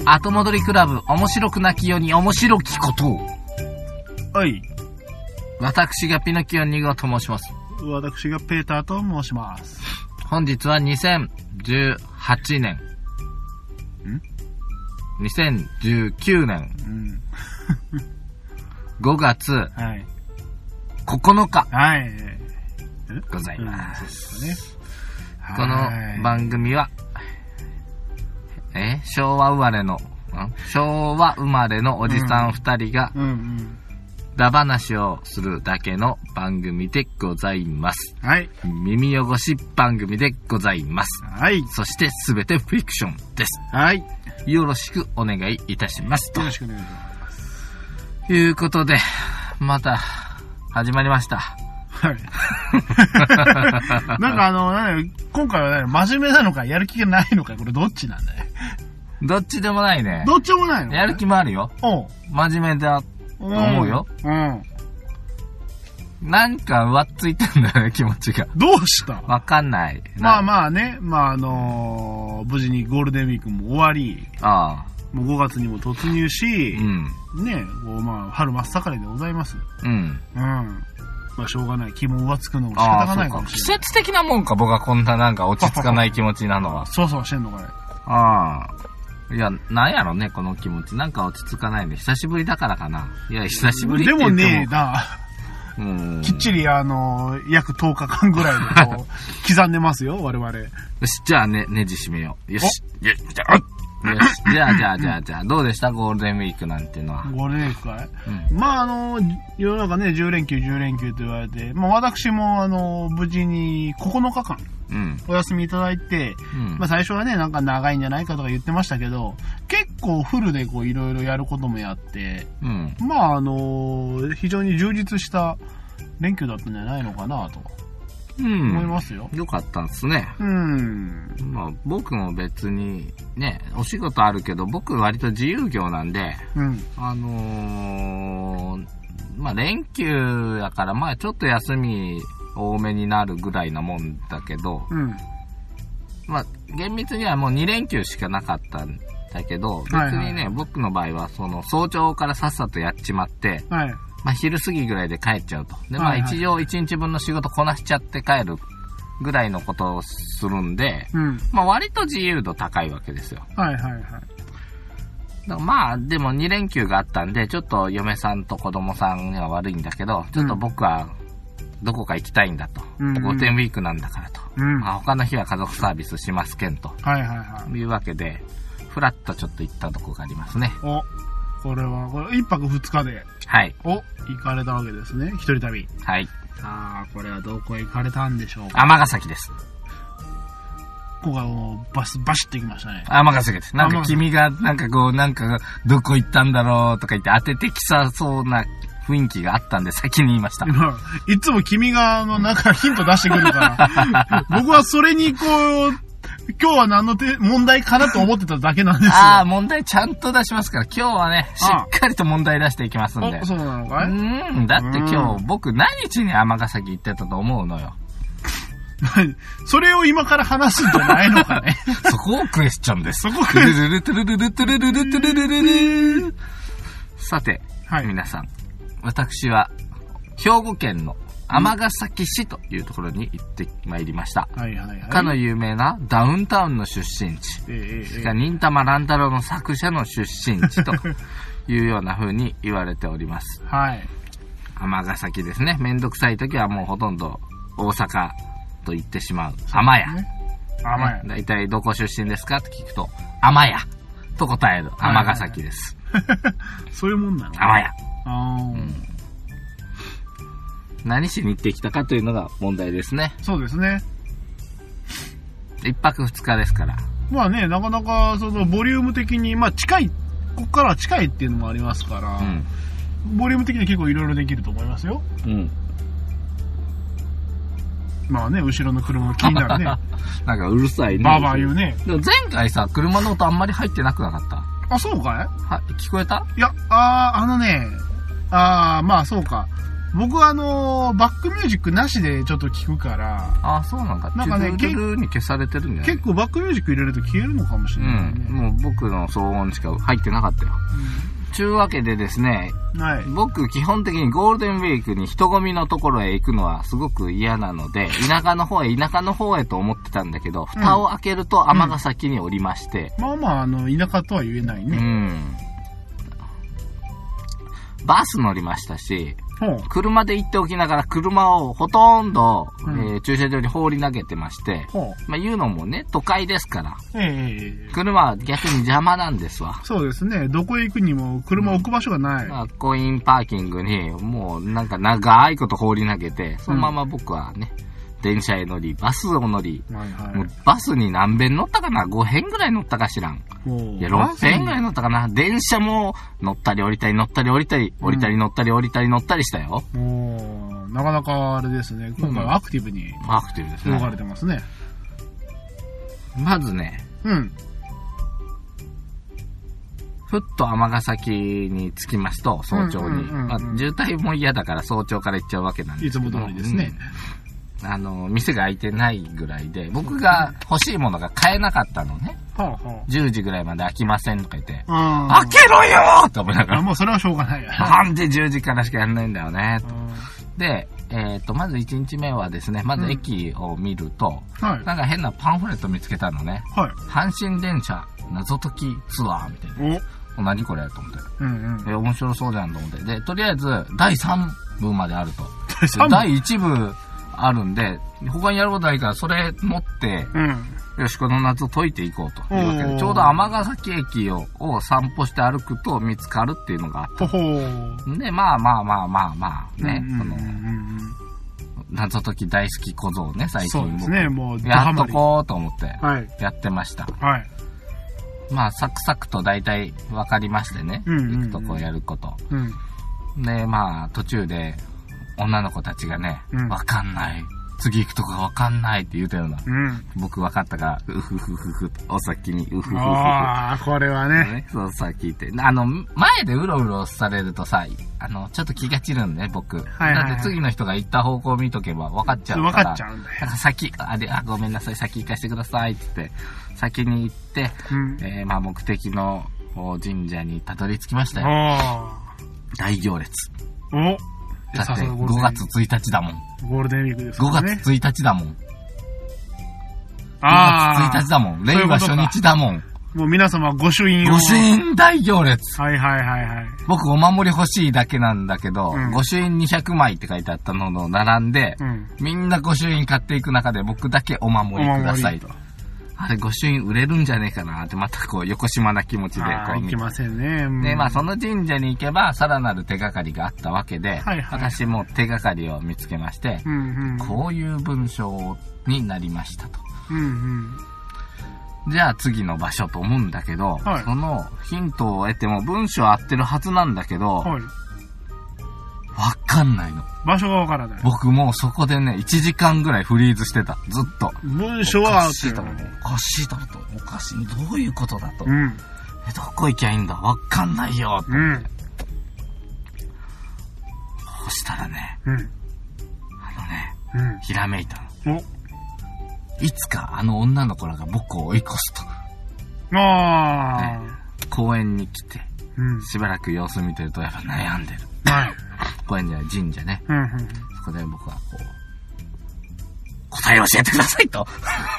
後戻りクラブ、面白くなきように面白きことを。 はい。 私がピノキオ2号と申します。 私がペーターと申します。 本日は2018年。2019年。5月9日。 はい。 ございます。この番組は、昭和生まれのおじさん2人が、だ話をするだけの番組でございます。 はい。 耳汚し番組でございます。 はい。 そしてすべてフィクションです。 はい。 よろしくお願いいたします。 よろしくお願いします。 ということで、また始まりました。 はい。なんか今回は真面目なのかやる気がないのか、これどっちなんだよ。 どっちでもないね。 どっちでもないの？ やる気もあるよ。真面目だと思うよ。なんか上っついてんだよね、気持ちが。 どうした？ わかんない。 まあね、無事にゴールデンウィークも終わり、もう5月にも突入し、ね、春真っ盛りでございます。まあしょうがない。気も浮つくのも仕方がないかもしれない。 季節的なもんか、僕はこんななんか落ち着かない気持ちなのは。 そうそうしてんのかね。 いや、なんやろね、この気持ち。なんか落ち着かないんで、久しぶりだからかな。いや、久しぶりって言っても。 でもねえな。きっちり約10日間ぐらいでこう、刻んでますよ、我々。よし、じゃあねじ締めよう。よし、じゃあ、どうでしたゴールデンウィークなんていうのは。 ゴールデンウィークかい？世の中ね、10連休と言われて、私も無事に9日間、お休みいただいて、最初はね、なんか長いんじゃないかとか言ってましたけど、結構フルでこういろいろやることもやって、非常に充実した連休だったんじゃないのかなと。思いますよ。 よかったんですね。僕も別にね、お仕事あるけど、僕割と自由業なんで、連休やから、ちょっと休み多めになるぐらいなもんだけど、厳密にはもう2連休しかなかったんだけど、別にね、僕の場合は早朝からさっさとやっちまって、昼過ぎぐらいで帰っちゃうと。で、1日分の仕事こなしちゃって帰るぐらいのことをするんで、割と自由度高いわけですよ。でも2連休があったんで、ちょっと嫁さんと子供さんには悪いんだけど、ちょっと僕はどこか行きたいんだと。ゴールデンウィークなんだからと。他の日は家族サービスしますけんと。いうわけで、ふらっとちょっと行ったとこがありますね。 これ1泊2日で。行かれたわけですね。一人旅。これはどこへ行かれたんでしょうか。 尼崎です。 ここがバシッと行きましたね。 尼崎です。なんか君が、どこ行ったんだろうとか言って当ててきさそうな雰囲気があったんで先に言いました。 いつも君がヒント出してくるから、僕はそれに今日は何の問題かなと思ってただけなんですよ。 問題ちゃんと出しますから、今日はね、しっかりと問題出していきますんで。 そうなのかい？ だって今日、僕何日に尼崎行ってたと思うのよ。 それを今から話すんじゃないのかね。 そこをクエスチョンです。さて、皆さん、私は、兵庫県の尼崎市というところに行ってまいりました。かの有名なダウンタウンの出身地。忍たま乱太郎の作者の出身地というような風に言われております。尼崎ですね。めんどくさい時はもうほとんど大阪と言ってしまう。尼屋。だいたいどこ出身ですかって聞くと、尼屋と答える尼崎です。 そういうもんなの？ 尼屋。何しに行ってきたかというのが問題ですね。 そうですね。 一泊二日ですから。 なかなかボリューム的に、近い、ここからは近いっていうのもありますから、ボリューム的に結構いろいろできると思いますよ。後ろの車が気になるね。 なんかうるさいね。 バーバー言うね。 でも前回さ、車の音あんまり入ってなくなかった？ そうかい？ 聞こえた？ いや、そうか。 僕はバックミュージックなしでちょっと聞くから。 あ、そうなんか。なんかね、結構に消されてるんじゃない？ 結構バックミュージック入れると消えるのかもしれないね。 もう僕の騒音しか入ってなかったよ。ちゅうわけでですね、はい、僕基本的にゴールデンウィークに人混みのところへ行くのはすごく嫌なので、田舎の方へと思ってたんだけど、蓋を開けると尼崎におりまして。 まあまあ、田舎とは言えないね。 バス乗りましたし、車で行っておきながら車をほとんど、駐車場に放り投げてまして、まあ言うのもね、都会ですから、車は逆に邪魔なんですわ。 そうですね。どこへ行くにも車置く場所がない。 コインパーキングにもうなんか長いこと放り投げて、そのまま僕はね、電車へ乗り、バスを乗り、もうバスに何遍乗ったかな ?5 遍ぐらい乗ったか知らん。いや、6遍ぐらい乗ったかな。電車も乗ったり降りたり乗ったり降りたり、降りたり乗ったり降りたり乗ったりしたよ。 なかなかあれですね。今回はアクティブに。 アクティブですね。 動かれてますね。 まずね。ふっと尼崎に着きますと、早朝に。渋滞も嫌だから早朝から行っちゃうわけなんですけど。 いつも通りですね。 店が開いてないぐらいで、僕が欲しいものが買えなかったのね。10時ぐらいまで開きませんとか言って、開けろよーって思いながら。 もうそれはしょうがないよ。 なんで10時からしかやんないんだよね。で、まず1日目はですね、まず駅を見ると、なんか変なパンフレット見つけたのね。阪神電車謎解きツアーみたいな。何これと思って。面白そうじゃんと思って。で、とりあえず第3部まであると。第1部あるんで、他にやることないからそれ持って、よし、この謎解いていこうというわけで、ちょうど尼崎駅を散歩して歩くと見つかるっていうのがあった。で、まあね、謎解き大好き小僧ね、最近。 そうですね、もう、 やっとこうと思って、やってました。まあ、サクサクと大体分かりましてね、行くとこやること。で、まあ、途中で、女の子たちがね、わかんない。次行くとこがわかんないって言うたような。僕わかったから、うふふふふ、お先に、うふふふふ。 ああ、これはね。 そうさ、聞いて。前でうろうろされるとさ、ちょっと気が散るんで、僕。だって次の人が行った方向を見とけば分かっちゃうから。 分かっちゃうんだよ。 だから先、ごめんなさい、先行かせてくださいって言って、先に行って、まあ目的の神社にたどり着きましたよ。大行列。だって5月1日だもん。 ゴールデンウィークですね。 5月1日だもん。5月1日だもん。令和初日だもん。 もう皆様御朱印を。 御朱印大行列。 僕お守り欲しいだけなんだけど、御朱印200枚って書いてあったのの並んで、みんな御朱印買っていく中で僕だけお守りくださいと。あれ、御朱印売れるんじゃねえかなって、またこう、横島な気持ちでこう。 行きませんね。 で、まあ、その神社に行けば、さらなる手がかりがあったわけで、私も手がかりを見つけまして、こういう文章になりましたと。じゃあ次の場所と思うんだけど、そのヒントを得ても文章合ってるはずなんだけど、わかんないの。 場所がわからない。 僕もうそこでね、1時間ぐらいフリーズしてた。ずっと。 文章は合ってる。 おかしいだろと。おかしい。どういうことだと。どこ行きゃいいんだわかんないよ。そしたらね、ひらめいたの。いつか女の子らが僕を追い越すと。公園に来て、しばらく様子見てるとやっぱ悩んでる。公園じゃ神社ね。そこで僕はこう、答えを教えてくださいと。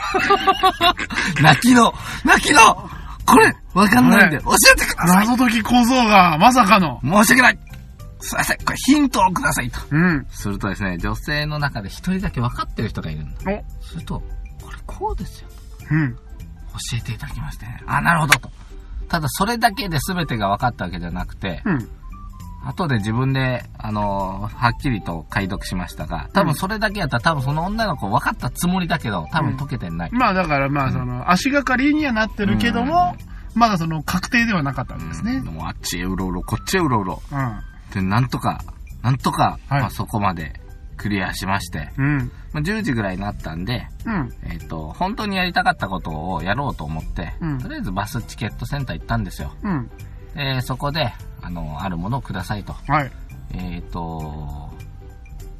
泣きの、これ、わかんないんで、教えてください。 謎解き小僧が、まさかの。 申し訳ない。すいません、これヒントをくださいと。するとですね、女性の中で一人だけ分かってる人がいるんだ。すると、これこうですよ。教えていただきましてね。なるほどと。ただそれだけで全てが分かったわけじゃなくて、後で自分で、はっきりと解読しましたが、多分それだけやったら多分その女の子分かったつもりだけど、多分解けてない。 まあだからまあその、足がかりにはなってるけども、まだその確定ではなかったんですね。 もうあっちへうろうろ、こっちへうろうろ。で、なんとか、まあそこまでクリアしまして、10時ぐらいになったんで、本当にやりたかったことをやろうと思って、とりあえずバスチケットセンター行ったんですよ。そこで、あるものをくださいと。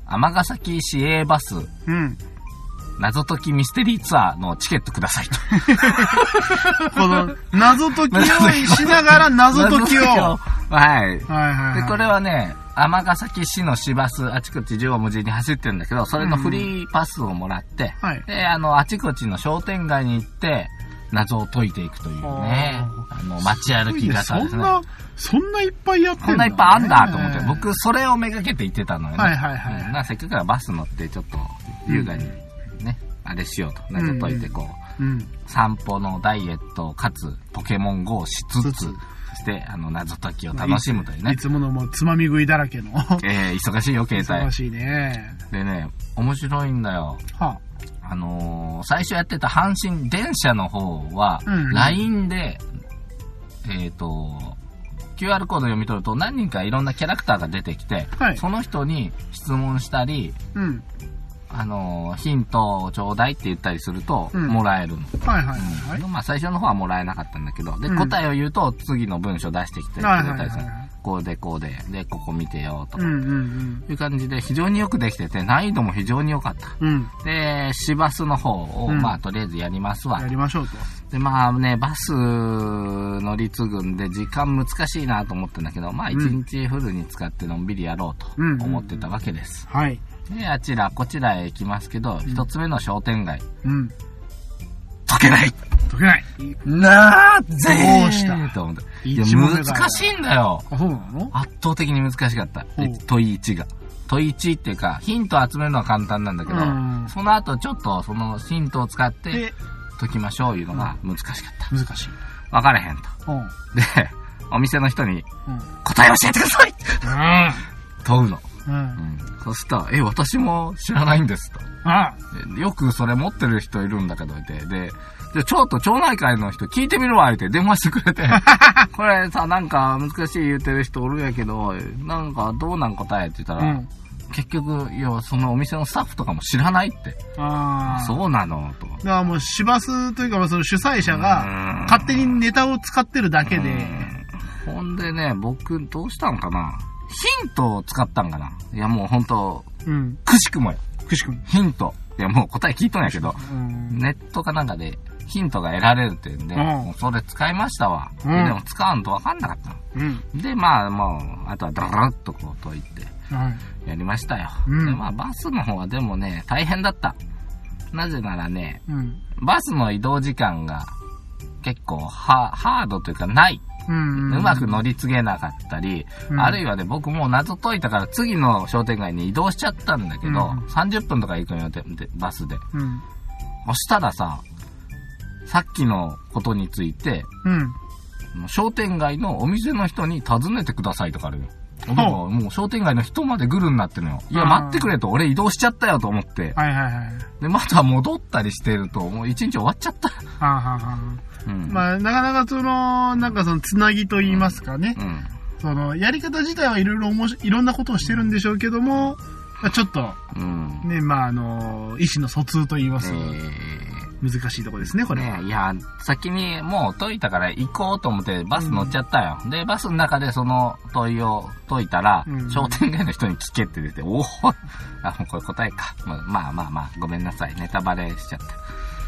尼崎市営バス、謎解きミステリーツアーのチケットくださいと。 この、謎解きをしながら謎解きを。 はい。で、これはね、尼崎市の市バス、あちこち縦横無尽に走ってるんだけど、それのフリーパスをもらって、で、あちこちの商店街に行って、謎を解いていくというね、街歩き型ですね。 そんないっぱいやってんだ、ね。 こんないっぱいあんだと思って、僕、それをめがけて行ってたのよね。せっかくからバス乗って、ちょっと、優雅にね、あれしようと。謎解いてこう、散歩のダイエット、かつ、ポケモン GO しつつ、そして、謎解きを楽しむというね。 いつものもうつまみ食いだらけの。 忙しいよ、携帯。 忙しいね。 でね、面白いんだよ。最初やってた阪神電車の方は、LINE で、QR コード読み取ると何人かいろんなキャラクターが出てきて、その人に質問したり、ヒントをちょうだいって言ったりすると、もらえるの。まあ最初の方はもらえなかったんだけど、で、答えを言うと次の文章出してきてくれたりする。こうでこうで、で、ここ見てよとか、いう感じで非常によくできてて、難易度も非常に良かった。で、市バスの方を、まあとりあえずやりますわ。 やりましょうと。 で、まあね、バス乗り継ぐんで時間難しいなと思ってんだけど、まあ一日フルに使ってのんびりやろうと思ってたわけです。で、あちらこちらへ行きますけど、一つ目の商店街。解けないなーぜどうしたと思って。いや、難しいんだよ。 そうなの？ 圧倒的に難しかった。問い1が。問い1っていうか、ヒント集めるのは簡単なんだけど、その後ちょっとそのヒントを使って解きましょういうのが難しかった。 難しい。 分かれへんと。で、お店の人に、答え教えてください問うの。そうすると、私も知らないんですと。よくそれ持ってる人いるんだけどいて、で、ちょっと町内会の人聞いてみるわ、って電話してくれて、これさ、なんか難しい言うてる人おるやけど、なんかどうなん答えって言ったら、結局、いや、そのお店のスタッフとかも知らないって。そうなのと。だからもう、市バスというか、その主催者が、勝手にネタを使ってるだけで。 ほんでね、僕、どうしたんかな。ヒントを使ったんかな。いや、もうほんと、くしくもよ。ヒント。いや、もう答え聞いとんやけど、ネットかなんかでヒントが得られるって言うんで、もうそれ使いましたわ。でも使わんと分かんなかったの。で、まあ、もう、あとはダラッとこう解いて、やりましたよ。で、まあ、バスの方はでもね、大変だった。なぜならね、バスの移動時間が結構ハードというかない。うまく乗り継げなかったり、あるいはね、僕もう謎解いたから次の商店街に移動しちゃったんだけど、30分とか行くんよ、バスで。そしたらさ、さっきのことについて、商店街のお店の人に尋ねてくださいとかあるよ。もう商店街の人までグルになってるのよ。いや、待ってくれと、俺移動しちゃったよと思って。で、また戻ったりしてると、もう一日終わっちゃった。まあ、なかなかなんかそのつなぎと言いますかね。その、やり方自体はいろんなことをしてるんでしょうけども、ちょっと、ね、まあ意思の疎通と言いますか。難しいとこですね、これは。いや、先にもう解いたから行こうと思ってバス乗っちゃったよ。で、バスの中でその問いを解いたら、商店街の人に聞けって出て、おおこれ答えか。まあ、ごめんなさい。ネタバレしちゃった。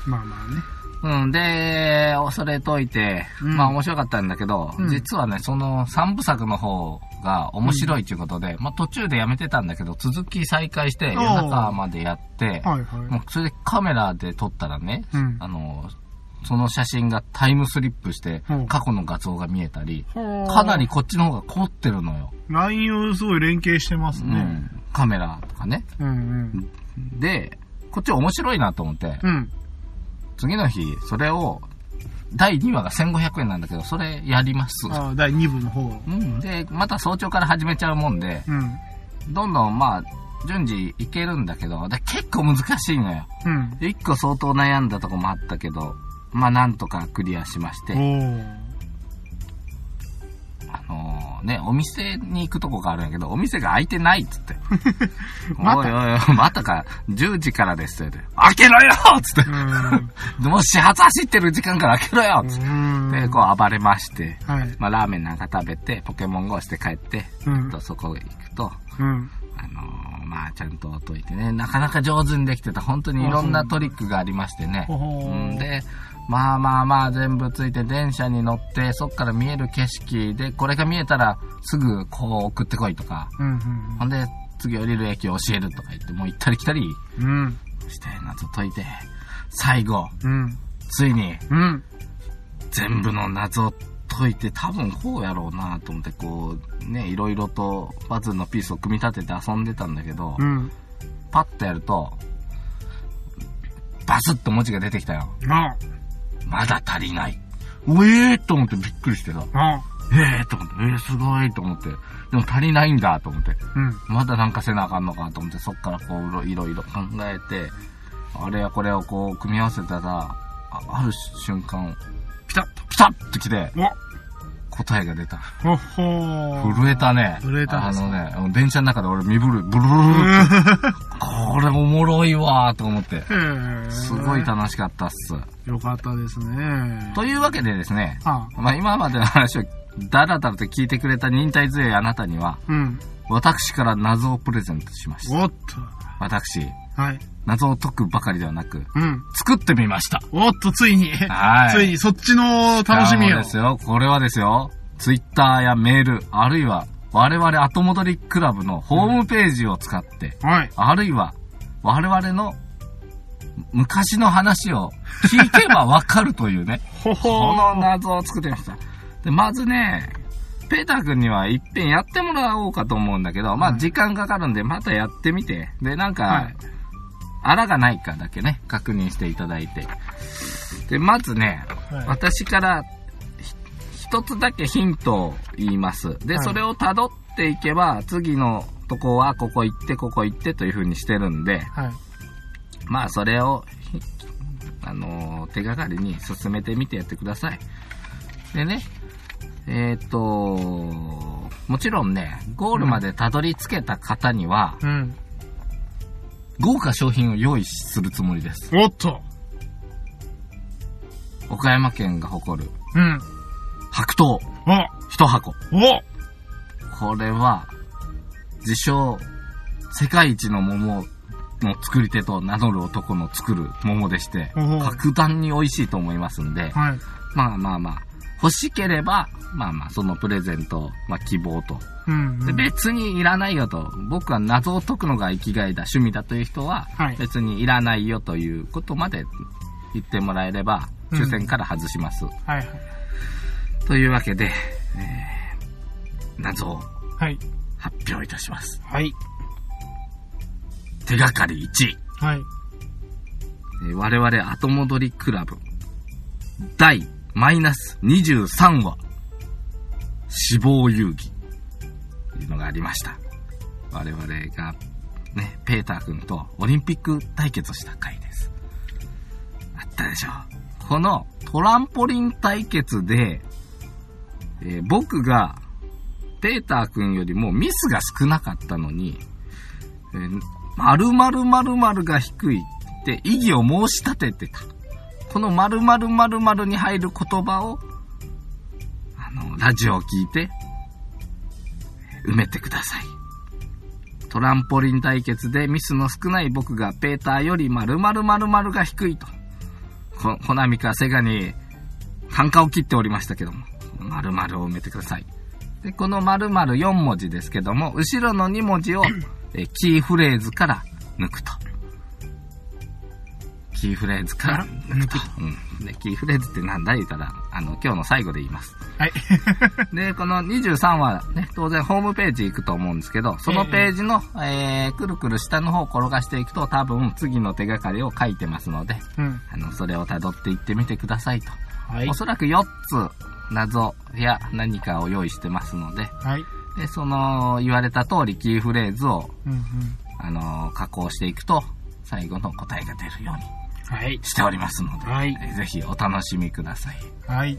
まあね。 で、それ解いて、まあ面白かったんだけど、実はね、その3部作の方が面白いということで、まあ途中でやめてたんだけど、続き再開して夜中までやって、もうそれでカメラで撮ったらね、その写真がタイムスリップして、過去の画像が見えたり、かなりこっちの方が凝ってるのよ。 LINE をすごい連携してますね。 カメラとかね。で、こっち面白いなと思って、次の日、それを、第2話が1500円なんだけど、それやります。 第2部の方。 で、また早朝から始めちゃうもんで、どんどんまあ、順次いけるんだけど、結構難しいのよ。1個相当悩んだとこもあったけど、まあなんとかクリアしまして、お店に行くとこがあるんやけど、お店が開いてないっつって。おいおい、またか、10時からですって。開けろよっつって。もう始発走ってる時間から開けろよっつって。で、こう暴れまして、まあラーメンなんか食べて、ポケモン GO して帰って、そこ行くと、 まあちゃんと解いてね、なかなか上手にできてた。本当にいろんなトリックがありましてね。で、まあ全部ついて電車に乗って、そっから見える景色で、これが見えたらすぐこう送ってこいとか、ほんで次降りる駅を教えるとか言って、もう行ったり来たりして謎解いて、最後、ついに、全部の謎を解いて、多分こうやろうなと思って、こうね、いろいろとパズルのピースを組み立てて遊んでたんだけど、パッとやるとバスッと文字が出てきたよ。まだ足りない。と思ってびっくりしてさ。と思って、すごいと思って。でも足りないんだと思って。まだなんかせなあかんのかと思って、そっからこういろいろ考えて、あれやこれをこう組み合わせたら、ある瞬間、ピタッと来て、答えが出た。震えたね。 震えたね。 電車の中で俺ブルルルってこれおもろいわーと思って。すごい楽しかったっす。 よかったですね。 というわけでですね、まあ今までの話をだらだらと聞いてくれた忍耐強いあなたには、私から謎をプレゼントしました。私、謎を解くばかりではなく、作ってみました。 ついに。ついにそっちの楽しみを。 ですよ。これはですよ、ツイッターやメール、あるいは我々後戻りクラブのホームページを使って、あるいは我々の昔の話を聞けばわかるというね、この謎を作ってみました。で、まずね、ペーター君には一遍やってもらおうかと思うんだけど、まあ時間かかるんでまたやってみて、で、なんか、あらがないかだけね、確認していただいて。で、まずね、私から一つだけヒントを言います。で、それを辿っていけば、次のとこはここ行ってという風にしてるんで、まあそれを、手がかりに進めてみてやってください。でね、もちろんね、ゴールまでたどり着けた方には、豪華商品を用意するつもりです。岡山県が誇る、白桃、一箱。これは、自称、世界一の桃の作り手と名乗る男の作る桃でして、格段に美味しいと思いますんで、まあ、欲しければ、そのプレゼント、希望と。で別にいらないよと。僕は謎を解くのが生きがいだ、趣味だという人は、別にいらないよということまで言ってもらえれば、抽選から外します。というわけで、謎を発表いたします。手がかり1。我々後戻りクラブ、第-23話、死亡遊戯というのがありました。我々がね、ペーター君とオリンピック対決をした回です。あったでしょう。このトランポリン対決で、僕がペーター君よりもミスが少なかったのに、〇〇〇〇が低いって異議を申し立ててた。この〇〇〇〇に入る言葉を、ラジオを聞いて、埋めてください。トランポリン対決でミスの少ない僕がペーターより〇〇〇〇が低いと。コナミかセガに単価を切っておりましたけども、〇〇を埋めてください。で、この〇〇4文字ですけども、後ろの2文字をキーフレーズから抜くと。キーフレーズから抜くと。で、キーフレーズってなんだ言ったら、今日の最後で言います。で、この23話ね、当然ホームページ行くと思うんですけど、そのページの、くるくる下の方を転がしていくと、多分次の手がかりを書いてますので、それを辿っていってみてくださいと。おそらく4つ謎や何かを用意してますので、で、その言われた通りキーフレーズを、加工していくと、最後の答えが出るように。しておりますので、ぜひお楽しみください。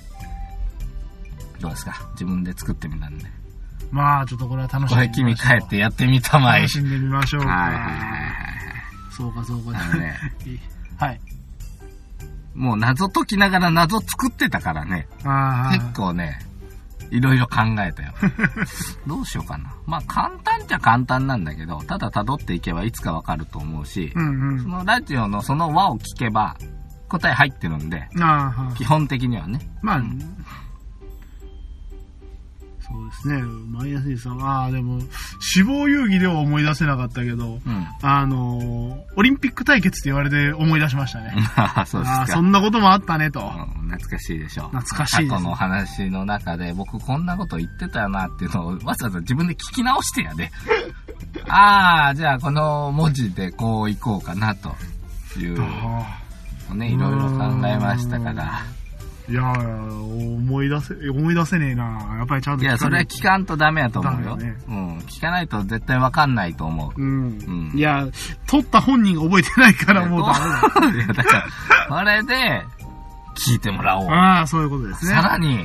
どうですか？自分で作ってみたんで。 まあ、ちょっとこれは楽しみ。 これ君帰ってやってみたまえ。 楽しんでみましょうか。そうか。 もう謎解きながら謎作ってたからね。結構ね、 いろいろ考えたよ。どうしようかな。まあ簡単っちゃ簡単なんだけど、ただ辿っていけばいつかわかると思うし、そのラジオのその輪を聞けば答え入ってるんで、基本的にはね。 まあ、そうですね。マイナスさん。でも、死亡遊戯では思い出せなかったけど、オリンピック対決って言われて思い出しましたね。 そうですか。 そんなこともあったねと。 懐かしいでしょ。 懐かしいです。 過去の話の中で、僕こんなこと言ってたよなっていうのをわざわざ自分で聞き直してやで。じゃあこの文字でこういこうかなという、ね、いろいろ考えましたから。 いや思い出せねえな。やっぱりちゃんと。 いや、それは聞かんとダメやと思うよ。聞かないと絶対わかんないと思う。 いや、撮った本人が覚えてないからもうダメだ。 いや、だから、それで、聞いてもらおう。 そういうことですね。 さらに、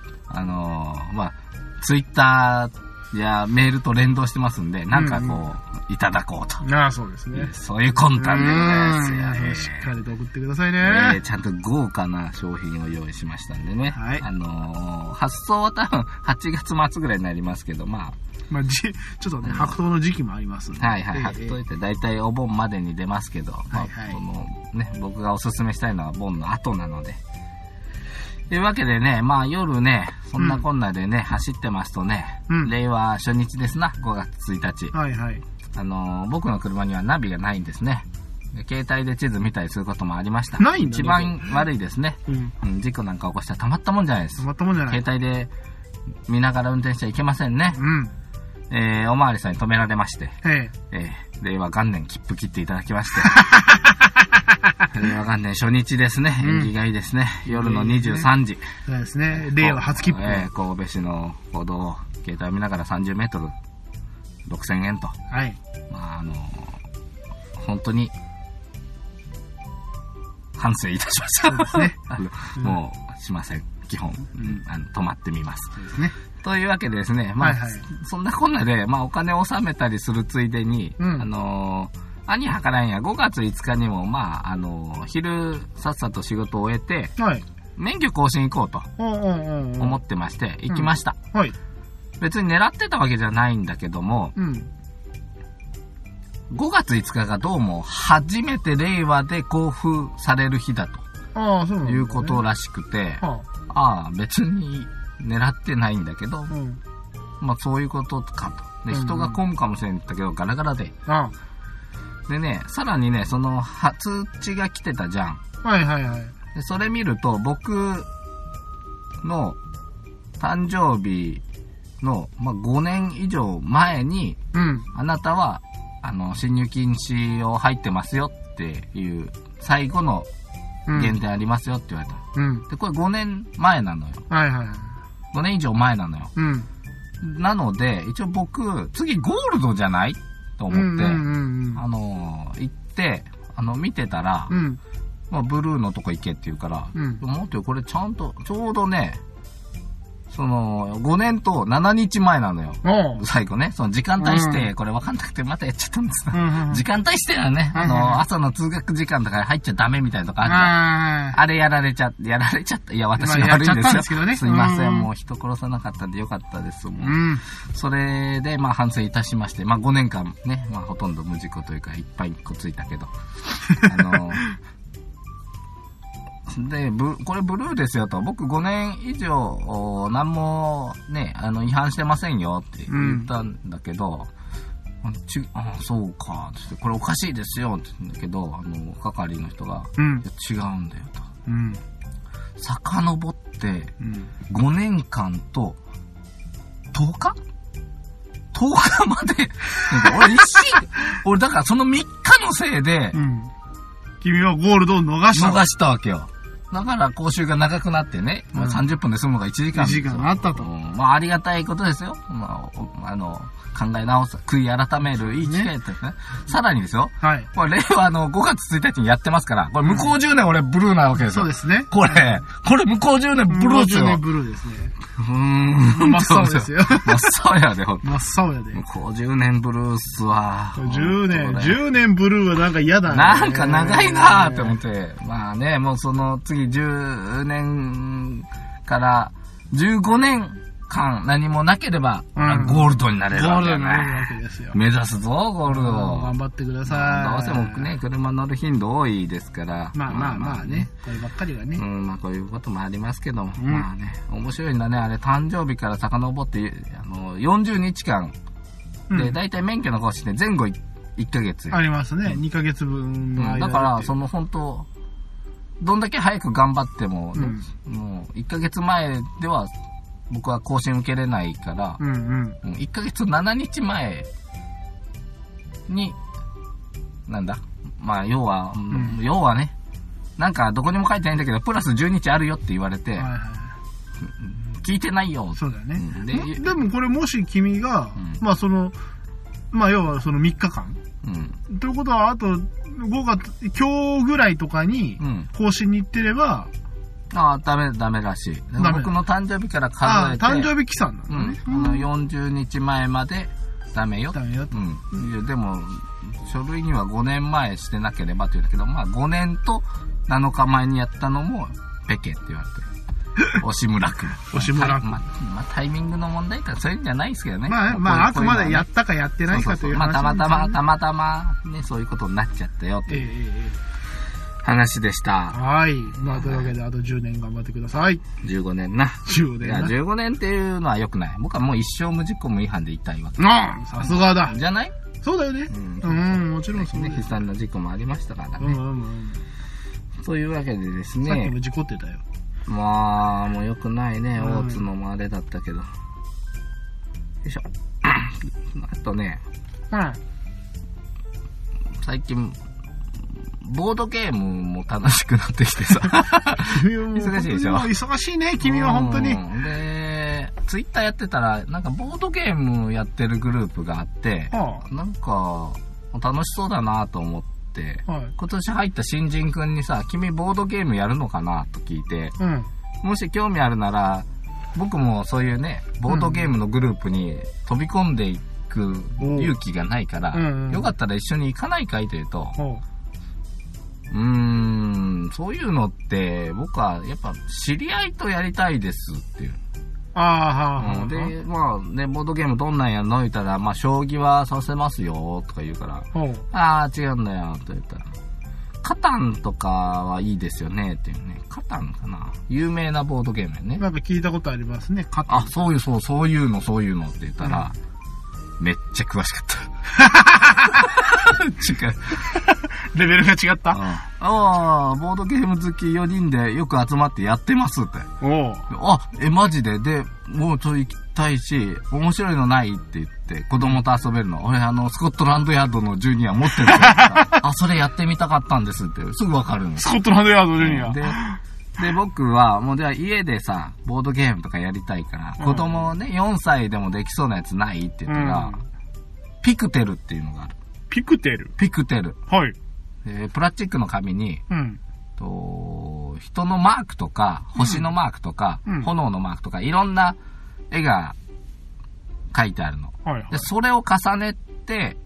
ツイッターやメールと連動してますんで、なんかこう、いただこうと。 そうですね。 そういう魂胆でございますよ。 しっかりと送ってくださいね。 ちゃんと豪華な商品を用意しましたんでね。発送は多分8月末ぐらいになりますけど、ちょっとね、白桃の時期もありますんで。白桃って大体お盆までに出ますけど、僕がおすすめしたいのは盆の後なので。というわけでね、夜ね、そんなこんなでね、走ってますとね、令和初日ですな、5月1日。僕の車にはナビがないんですね。携帯で地図見たりすることもありました。 ないんだね。 一番悪いですね。事故なんか起こしたらたまったもんじゃないです。 たまったもんじゃない。 携帯で見ながら運転しちゃいけませんね。おまわりさんに止められまして、令和元年切符切っていただきまして、令和元年初日ですね。縁起がいいですね。夜の23時。 そうですね。令和初切符。 神戸市の歩道を携帯見ながら30メートル、6000円と。本当に、反省いたしました。 そうですね。 もう、しません。基本、止まってみます。そうですね。というわけでですね、そんなこんなで、お金を納めたりするついでに、兄はからんや、5月5日にも、昼、さっさと仕事を終えて、免許更新行こうと、思ってまして、行きました。別に狙ってたわけじゃないんだけども、5月5日がどうも初めて令和で交付される日だということらしくて、別に狙ってないんだけど、そういうことかと。で、人が混むかもしれんだけど、ガラガラで。でね、さらにね、その通知が来てたじゃん。でそれ見ると、僕の誕生日の、5年以上前に、あなたは進入禁止を入ってますよっていう最後の限定ありますよって言われた。で、これ5年前なのよ。5年以上前なのよ。なので、一応僕、次ゴールドじゃないと思って、行って、見てたら、ブルーのとこ行けって言うから、待ってよ、これちゃんと、ちょうどね、5年と7日前なのよ。最後ね。その時間帯して、これ分かんなくてまたやっちゃったんです時間帯してはね、朝の通学時間とか入っちゃダメみたいなとかあるじゃん。あれやられちゃった。いや、私が悪いんですよ。すいません。もう人殺さなかったんでよかったです。それで、反省いたしまして、5年間ね、ほとんど無事故というか、いっぱいこついたけど。で、これブルーですよと。僕5年以上、何もね、違反してませんよって言ったんだけど、そうか、ってこれおかしいですよって言うんだけど、係の人が、違うんだよと。遡って、5年間と、10日 ?10 日まで、俺だからその3日のせいで、 君はゴールドを逃したわけよ。だから講習が長くなってね、30分で済むのが1時間。 1時間あったと。 ありがたいことですよ。考え直す、悔い改めるいい機会ってね。さらにですよ。これ令和の5月1日にやってますから、これ向こう10年俺ブルーなわけですよ。 そうですね。 これ向こう10年ブルーですよ。 向こう10年ブルーですね。真っ青ですよ。 真っ青やで、ほんと。 真っ青やで。 向こう10年ブルースは。 10年ブルーはなんか嫌だね。 なんか長いなーって思って。もうその次10年から15年間何もなければ、ゴールドになれるわけよね。 ゴールドになれるわけですよ。 目指すぞ、ゴールド。 頑張ってください。どうせもね、車乗る頻度多いですから。 まあね、こればっかりはね。 まあこういうこともありますけども。まあね、面白いんだね、あれ、誕生日から遡って、40日間。で、だいたい免許の更新で前後1ヶ月。 ありますね、2ヶ月分の間。 だから、本当どんだけ早く頑張っても、もう1ヶ月前では僕は更新受けれないから、1ヶ月7日前に、なんだ、まあ要はね、なんかどこにも書いてないんだけど、プラス10日あるよって言われて、聞いてないよ。 そうだよね。でもこれもし君が、まあ要は3日間。ということは、あと5月、今日ぐらいとかに更新に行ってれば、 ダメらしい。僕の誕生日から数えて。 誕生日期間なんだね。 40日前までダメよ。 ダメよ。 でも、書類には5年前してなければって言うんだけど、まあ5年と7日前にやったのも、ペケって言われてる。押村くん。 押村くん。 まあ、タイミングの問題かそういうんじゃないですけどね。 まあ、あくまでやったかやってないかという話。 たまたま、ね、そういうことになっちゃったよっていう話でした。 はい。まあ、というわけで、あと10年頑張ってください。 15年な。 15年な。 いや、15年っていうのは良くない。僕はもう一生無事故無違反でいたいわけ。 さすがだ。 じゃない？ そうだよね。もちろんそうだよね。 悲惨な事故もありましたからね。というわけでですね。 さっきも事故ってたよ。 まあ、もう良くないね。大津のもあれだったけど。よいしょ。あとね、最近、ボードゲームも楽しくなってきてさ。忙しいでしょ。 忙しいね、君は本当に。 で、ツイッターやってたら、なんかボードゲームやってるグループがあって、なんか、楽しそうだなと思って、今年入った新人くんにさ、君ボードゲームやるのかなと聞いて、もし興味あるなら、僕もそういうね、ボードゲームのグループに飛び込んでいく勇気がないから、よかったら一緒に行かないかいというと、そういうのって僕はやっぱ知り合いとやりたいですっていう。で、まあね、ボードゲームどんなんやんの言ったら、まあ将棋はさせますよとか言うから、違うんだよと言ったら、カタンとかはいいですよねっていうね。カタンかな、有名なボードゲームやね。 なんか聞いたことありますね、カタン。 そういうのって言ったら、めっちゃ詳しかった。違う。 レベルが違った？ ボードゲーム好き4人でよく集まってやってますって。マジで。で、もうちょっと行きたいし、面白いのないって言って、子供と遊べるの。俺スコットランドヤードのジュニア持ってるから、それやってみたかったんですって、すぐわかるの。 スコットランドヤードジュニア。 で、僕は、もうじゃあ家でさ、ボードゲームとかやりたいから、子供ね、4歳でもできそうなやつないって言ったら、ピクテルっていうのがある。 ピクテル。はい。 プラスチックの紙に、人のマークとか、星のマークとか、炎のマークとか、いろんな絵が書いてあるの。で、それを重ねて、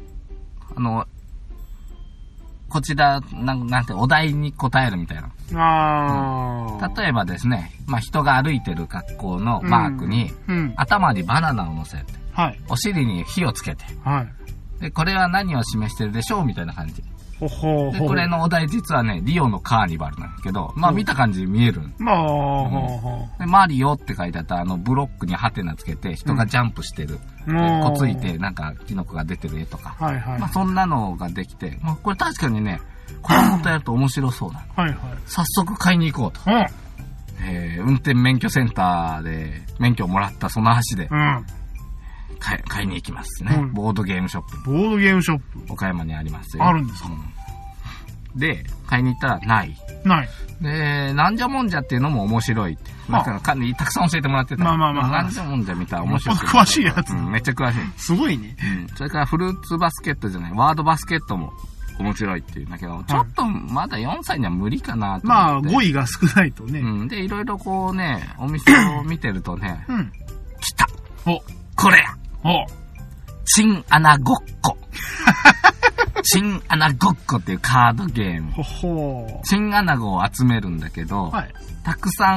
こちら、なんて、お題に答えるみたいな。例えばですね、まあ、人が歩いてる格好のマークに、頭にバナナを乗せて、お尻に火をつけて、で、これは何を示してるでしょうみたいな感じ。で、これのお題実はね、リオのカーニバルなんだけど、まあ見た感じに見える。で、マリオって書いてあったブロックにハテナつけて、人がジャンプしてる。こついて、なんか、キノコが出てる絵とか。まあそんなのができて、まあこれ確かにね、子供とやると面白そうだ。早速買いに行こうと。運転免許センターで免許をもらったその足で、買いに行きますね。ボードゲームショップ。 ボードゲームショップ。 岡山にありますよ。 あるんですか？ で、買いに行ったらない。で、なんじゃもんじゃっていうのも面白いって。なんかたくさん教えてもらってた。なんじゃもんじゃ見たら面白い。 詳しいやつ。 めっちゃ詳しい。 すごいね。 それからフルーツバスケットじゃない、ワードバスケットも面白いっていうんだけど、ちょっとまだ4歳には無理かなと思って。 語彙が少ないとね。 で、いろいろこうね、お店を見てるとね、来た！これや！チンアナごっこ。チンアナごっこっていうカードゲーム。チンアナゴを集めるんだけど、たくさん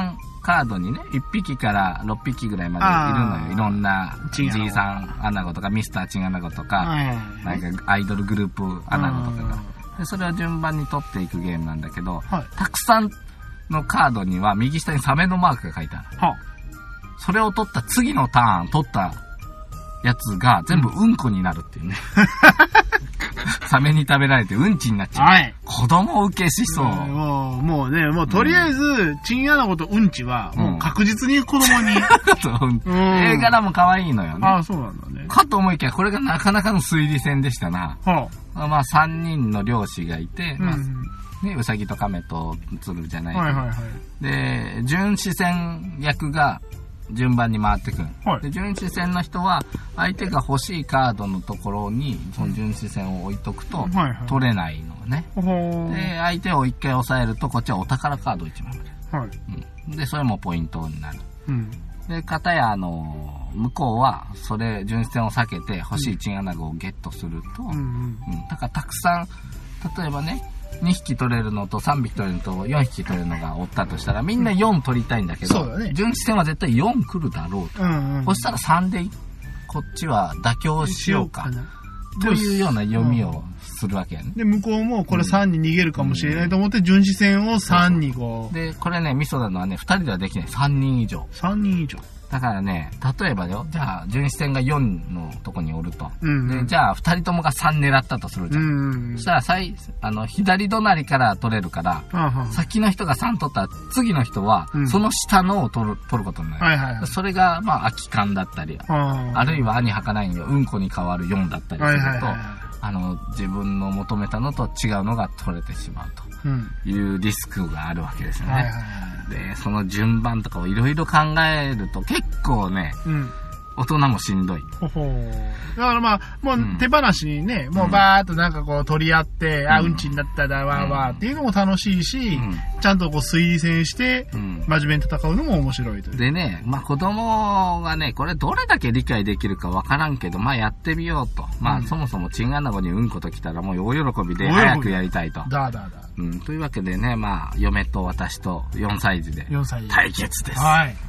カードにね、1匹から6匹ぐらいまでいるのよ。いろんな、じいさんアナゴとか、ミスターチンアナゴとか、なんかアイドルグループアナゴとかが。でそれを順番に取っていくゲームなんだけど、たくさんのカードには右下にサメのマークが書いてある。それを取った次のターン、取ったやつが全部うんこになるっていうね。サメに食べられてうんちになっちゃう。はい。子供受けしそう。 もうね、とりあえず、チンアナゴとうんちは、もう確実に子供に。 映画らも可愛いのよね。 あ、そうなんだね。 かと思いきや、これがなかなかの推理戦でしたな。まあ、3人の漁師がいて、ね、ウサギとカメと鶴じゃないけど。で、巡視船役が、順番に回ってくる。で、巡視船の人は、相手が欲しいカードのところに、その巡視船を置いとくと、取れないのね。で、相手を一回押さえると、こっちはお宝カード1枚まで。で、それもポイントになる。で、片や、向こうは、巡視船を避けて、欲しいチンアナゴをゲットすると、だからたくさん、例えばね、2匹取れるのと3匹取れるのと4匹取れるのがおったとしたらみんな4取りたいんだけど、巡視船は絶対4来るだろうと。そしたら3でこっちは妥協しようかというような読みをするわけやね。 で、向こうもこれ3に逃げるかもしれないと思って巡視船を3にこう。で、これね、ミソなのはね、2人ではできない。3人以上。 3人以上。 だからね、例えばよ、じゃあ、巡視船が4のとこにおると。で、じゃあ、2人ともが3狙ったとするじゃん。そしたら、左隣から取れるから、先の人が3取ったら、次の人は、その下のを取ることになる。それが、まあ、空き缶だったり、あるいは兄儚いのうんこに変わる4だったりすると、自分の求めたのと違うのが取れてしまうというリスクがあるわけですよね。で、その順番とかをいろいろ考えると結構ね、大人もしんどい。だからまあ、もう手放しにね、もうバーっとなんかこう取り合って、うんちになっただわーわーっていうのも楽しいし、ちゃんとこう推理戦して、真面目に戦うのも面白いという。 でね、まあ子供がね、これどれだけ理解できるかわからんけど、まあやってみようと。まあそもそもチンアナゴにうんこと来たらもう大喜びで早くやりたいと。というわけでね、まあ嫁と私と4歳児で対決です。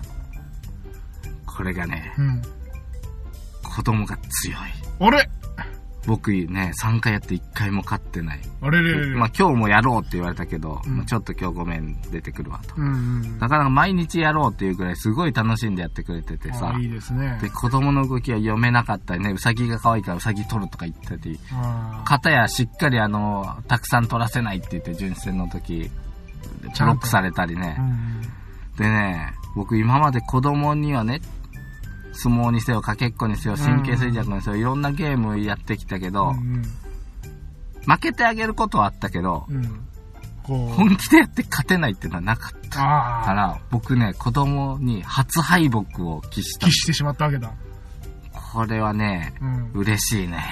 これがね、子供が強い。 あれ僕ね、3回やって1回も勝ってない。まあ今日もやろうって言われたけど、ちょっと今日ごめん出てくるわと。なかなか毎日やろうっていうぐらいすごい楽しんでやってくれててさ。 いいですね。 で、子供の動きは読めなかったりね、ウサギが可愛いからウサギ取るとか言ってたり、片やしっかりたくさん取らせないって言って巡視船の時、ブロックされたりね。でね、僕今まで子供にはね、相撲にせよ、かけっこにせよ、神経衰弱にせよ、いろんなゲームやってきたけど、負けてあげることはあったけど、本気でやって勝てないっていうのはなかったから、僕ね、子供に初敗北を喫してしまったわけだ。 これはね、嬉しいね。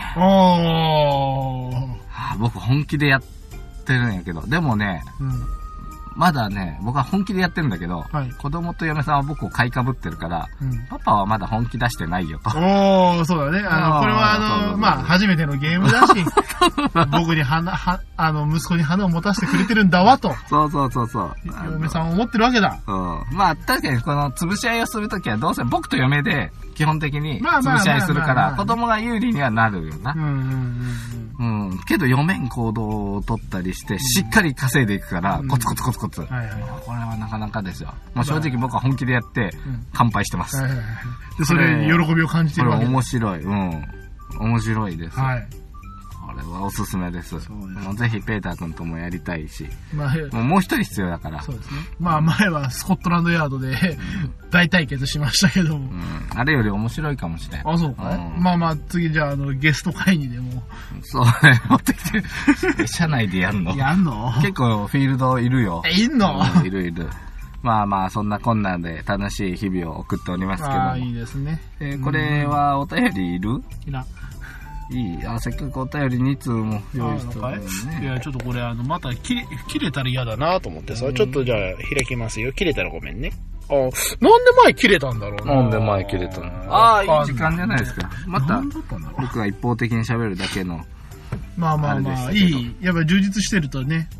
僕本気でやってるんやけど、でもね、まだね、僕は本気でやってるんだけど、子供と嫁さんは僕を買いかぶってるから、パパはまだ本気出してないよと。 そうだね。これはまあ、初めてのゲームだし、僕に息子に花を持たせてくれてるんだわと。 そう。 嫁さんを思ってるわけだ。 まあ、確かにこの潰し合いをするときはどうせ僕と嫁で基本的に潰し合いするから、子供が有利にはなるよな。けど読めん行動を取ったりして、しっかり稼いでいくから、コツコツ。これはなかなかですよ。まあ正直僕は本気でやって、乾杯してます。 で、それに喜びを感じてるわけです。 面白い。面白いです。これはおすすめです。もうぜひペーター君ともやりたいし、もう一人必要だから。 そうですね。まあ前はスコットランドヤードで大対決しましたけども。 あれより面白いかもしれん。 そうかい。まあ次じゃあゲスト会にでも。 そうね、持ってきて。車内でやんの？結構フィールドいるよ。 いんの？ いる。まあそんなこんなんで楽しい日々を送っておりますけど。 いいですね。 これはお便りいる？ いらん。 いい？せっかくお便り2通も用意したのね。 いや、ちょっとこれまた切れたら嫌だなと思ってさ、ちょっとじゃあ開きますよ。切れたらごめんね。なんで前切れたんだろうな。 なんで前切れたの？いい時間じゃないですか。また僕が一方的に喋るだけの。 まあいい。やっぱ充実してるとね、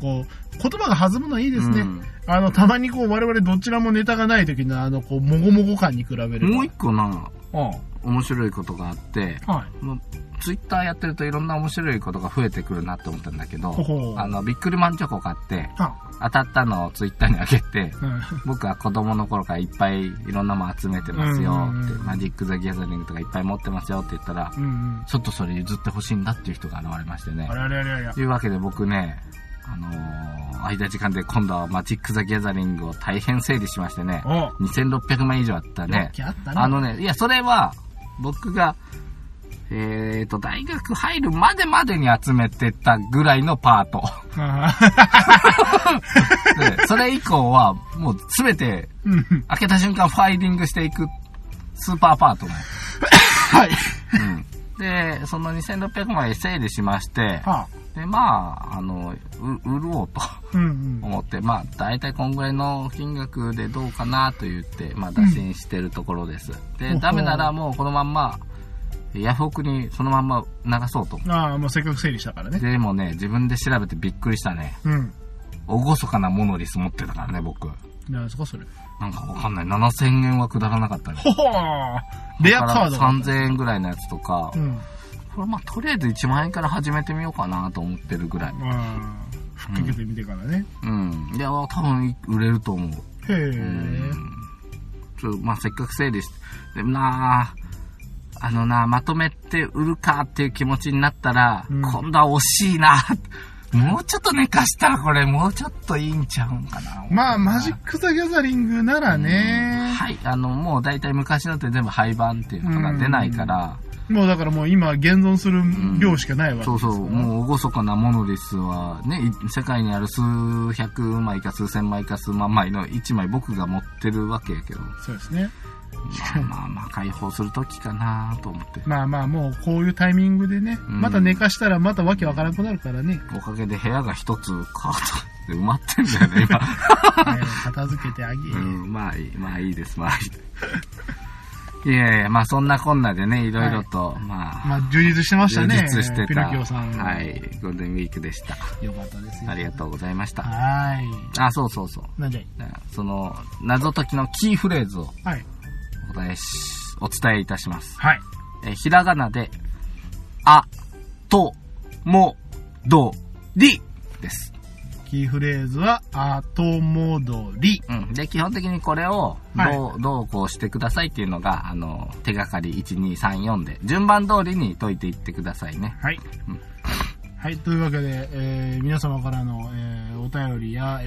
言葉が弾むのいいですね。たまにこう、我々どちらもネタがない時のこう、もごもご感に比べる。 もう一個面白いことがあって、ツイッターやってるといろんな面白いことが増えてくるなって思ったんだけど、ビックリマンチョコ買って、当たったのをツイッターにあげて、僕は子供の頃からいっぱいいろんなもん集めてますよって、マジック・ザ・ギャザリングとかいっぱい持ってますよって言ったら、ちょっとそれ譲ってほしいんだっていう人が現れましてね。というわけで僕ね、空いた時間で今度はマジック・ザ・ギャザリングを大変整理しましてね、2600枚以上あったね。いや、それは僕が、大学入るまでに集めてたぐらいのパート。でそれ以降はもうすべて開けた瞬間ファイリングしていくスーパーパートね。はい。で、その2600枚整理しまして、で、まあ、売ろうと思って、まあ、だいたいこんぐらいの金額でどうかなと言って、まあ、打診してるところです。で、ダメならもうこのまんま、ヤフオクにそのまんま流そうと。 もうせっかく整理したからね。 でもね、自分で調べてびっくりしたね。厳かなモノリス持ってたからね、僕。 何ですか、それ。 なんかわかんない。7000円はくだらなかったね。 レアカード 3000円ぐらいのやつとか、これまあとりあえず1万円から始めてみようかなと思ってるぐらい。 ふっかけてみてからね。 いや、多分売れると思う。まあせっかく整理して、でもまとめて売るかっていう気持ちになったら、今度は惜しいな。もうちょっと寝かしたらこれもうちょっといいんちゃうんかな。 まあ、マジック・ザ・ギャザリングならね。 はい。もう大体昔のって全部廃盤っていうのが出ないから。 もうだからもう今現存する量しかないわけですから、 そう。もう厳かなモノリスはね、世界にある数百枚か数千枚か数万枚の1枚僕が持ってるわけやけど。 そうですね。 まあ解放するときかなと思って。 まあもうこういうタイミングでね、また寝かしたらまたわけわからなくなるからね。 おかげで部屋が一つカートで埋まってんだよね、今。 片付けてあげる。 まあいいです、まあいい。いやまあそんなこんなでね、いろいろと、まあ充実してましたね。 充実してた。 ピノキオさん。 はい、ゴールデンウィークでした。 よかったですよ。 ありがとうございました。 はい。 そう。 なんじゃい。 その、謎解きのキーフレーズを。 はい。 お伝えいたします。 はい。 ひらがなで、あ、と、も、ど、りです。 キーフレーズは、後戻り。 で、基本的にこれを、どうこうしてくださいっていうのが、手がかり1、2、3、4で、順番通りに解いていってくださいね。 はい。はい、というわけで、皆様からの、お便りや、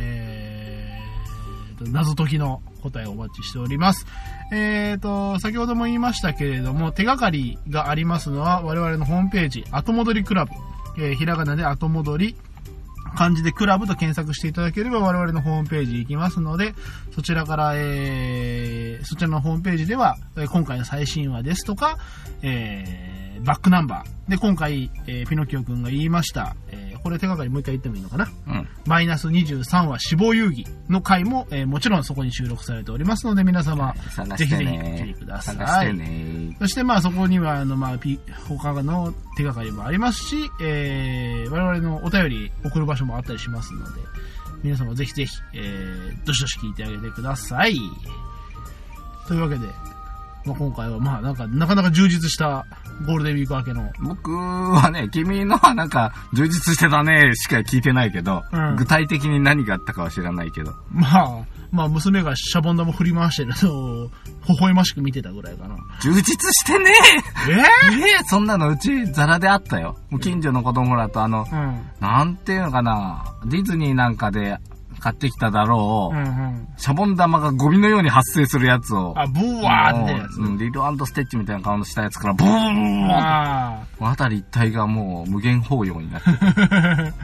謎解きの答えをお待ちしております。先ほども言いましたけれども、手がかりがありますのは、我々のホームページ、後戻りクラブ。ひらがなで後戻り、漢字でクラブと検索していただければ我々のホームページ行きますので、そちらから、そちらのホームページでは、今回の最新話ですとか、バックナンバー。で、今回、ピノキオくんが言いました、これ手がかりもう一回言ってもいいのかな、マイナス23話死亡遊戯の回も、もちろんそこに収録されておりますので、皆様、ぜひぜひ来てください。そしてそこには、他の手がかりもありますし、我々のお便り送る場所もあったりしますので、皆様ぜひぜひ、どしどし聞いてあげてください。というわけで、今回はなかなか充実したゴールデンウィーク明けの。 僕はね、君のは充実してたねしか聞いてないけど、具体的に何があったかは知らないけど。 娘がシャボン玉振り回してるのを、微笑ましく見てたぐらいかな。 充実してねそんなのうちザラであったよ。近所の子供らとなんていうのかな、ディズニーなんかで、買ってきただろう、シャボン玉がゴミのように発生するやつを。 ブワーってやつ。 リル&ステッチみたいな顔のしたやつからブーンと。あたり一体がもう無限包容になってる。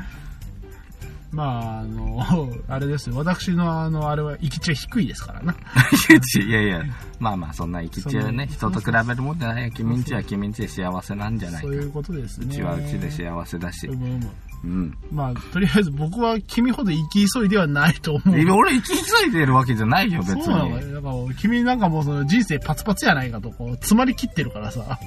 あれですよ。私のあれは、行き地は低いですからな。 いや、そんな行き地はね、人と比べるもんじゃないよ。君んちは君んちで幸せなんじゃないか。 そういうことですね。 うちはうちで幸せだし。 とりあえず僕は君ほど生き急いではないと思う。 俺生き急いでるわけじゃないよ、別に。そうなのよ。だから君もうその人生パツパツやないかと、詰まりきってるからさ。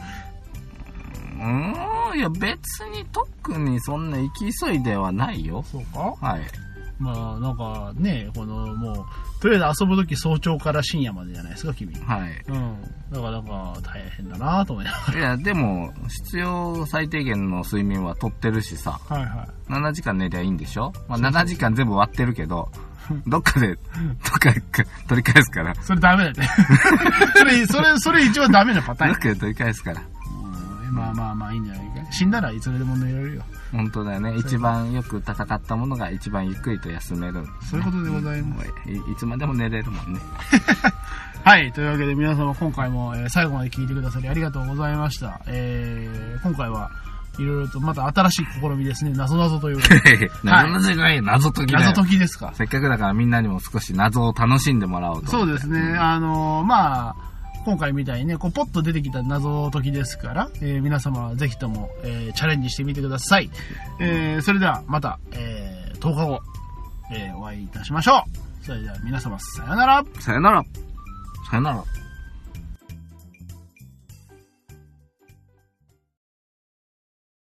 いや別に特にそんな生き急いではないよ。 そうか？ はい。 まあ、なんかね、この、もう、とりあえず遊ぶとき早朝から深夜までじゃないですか、君。 はい。 うん。だからなんか大変だなと思いながら。 いや、でも、必要最低限の睡眠は取ってるしさ。はいはい。7時間寝りゃいいんでしょ？まあ、7時間全部割ってるけど、どっかで取り返すから。 それダメだって。それ一番ダメなパターン。 どっかで取り返すから。 まあいいんじゃないか。死んだらいつでも寝れるよ。 本当だよね。一番よく戦ったものが一番ゆっくりと休める、ね。 そういうことでございます。 いつまでも寝れるもんね。 はい。というわけで皆様今回も最後まで聞いてくださりありがとうございました。今回はいろいろとまた新しい試みですね。謎ということで。 謎解きだよ。 謎解きですか。 せっかくだからみんなにも少し謎を楽しんでもらおうと。 そうですね。まあ、今回みたいにね、こう、ポッと出てきた謎解きですから、皆様はぜひとも、チャレンジしてみてください。それでは、また、10日後、お会いいたしましょう。それでは皆様、さよなら。 さよなら。さよなら。